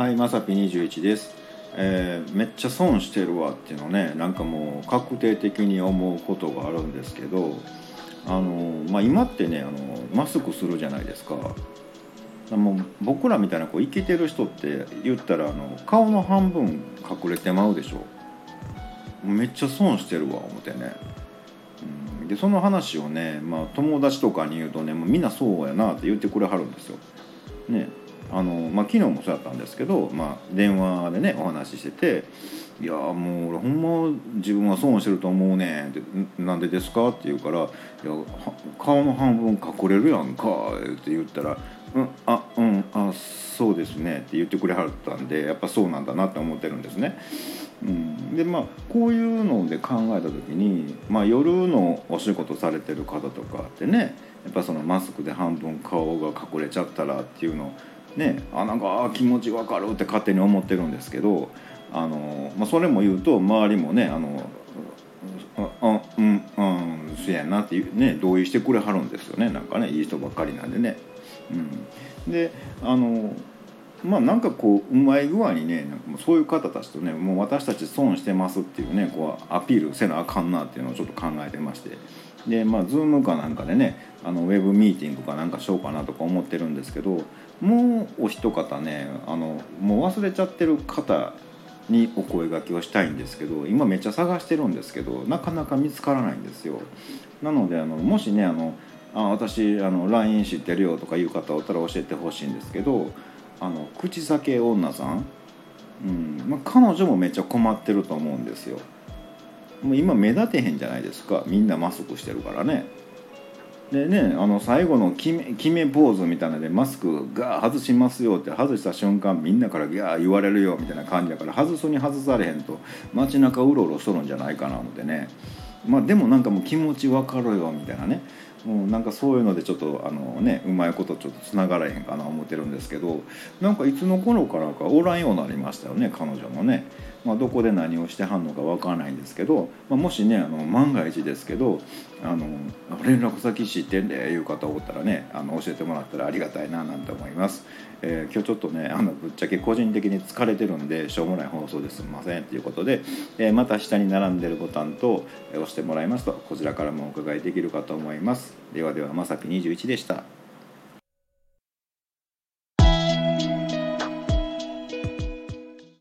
はい、まさぴ21です。めっちゃ損してるわっていうのね、なんかもう確定的に思うことがあるんですけど、今ってね、マスクするじゃないですか。もう僕らみたいな生きてる人って言ったら顔の半分隠れてまうでしょ。めっちゃ損してるわ思ってね。でその話をね、友達とかに言うとね、みんなそうやなって言ってくれはるんですよ。ね、昨日もそうやったんですけど、電話でねお話ししてて「いやもう俺ほんま自分は損してると思うねん」って「なんでですか?」って言うから「いや顔の半分隠れるやんか」って言ったら「そうですね」って言ってくれはったんで、やっぱそうなんだなって思ってるんですね。でこういうので考えた時に、夜のお仕事されてる方とかってね、やっぱそのマスクで半分顔が隠れちゃったらっていうのね、なんか気持ちわかるって勝手に思ってるんですけど、それも言うと周りもねそうやなっていうね同意してくれはるんですよね。なんかねいい人ばっかりなんでね。でなんかうまい具合にね、なんかもうそういう方たちとね、もう私たち損してますっていうねアピールせなあかんなっていうのをちょっと考えてまして、でZoom かなんかでねウェブミーティングかなんかしようかなとか思ってるんですけど、もうお一方ねもう忘れちゃってる方にお声掛けをしたいんですけど、今めっちゃ探してるんですけどなかなか見つからないんですよ。なのでもしね私LINE 知ってるよとかいう方おったら教えてほしいんですけど、口裂け女さん、彼女もめっちゃ困ってると思うんですよ。もう今目立てへんじゃないですか、みんなマスクしてるからね。でね最後の決めポーズみたいなのでマスクが外しますよって外した瞬間みんなからギャー言われるよみたいな感じだから、外すに外されへんと街中うろうろしとるんじゃないかな思ってね。でもなんかもう気持ち分かるよみたいなね、もうなんかそういうのでちょっとうまいことちょっとつながらへんかな思ってるんですけど、なんかいつの頃からかおらんようになりましたよね、彼女もね。どこで何をしてはんのか分からないんですけど、もしね万が一ですけど連絡先知ってんでいう方おったらね教えてもらったらありがたいななんて思います。今日ちょっとねぶっちゃけ個人的に疲れてるんでしょうもない放送ですみませんということで、また下に並んでるボタンと押してもらいますとこちらからもお伺いできるかと思います。ではではまさぴ21でした。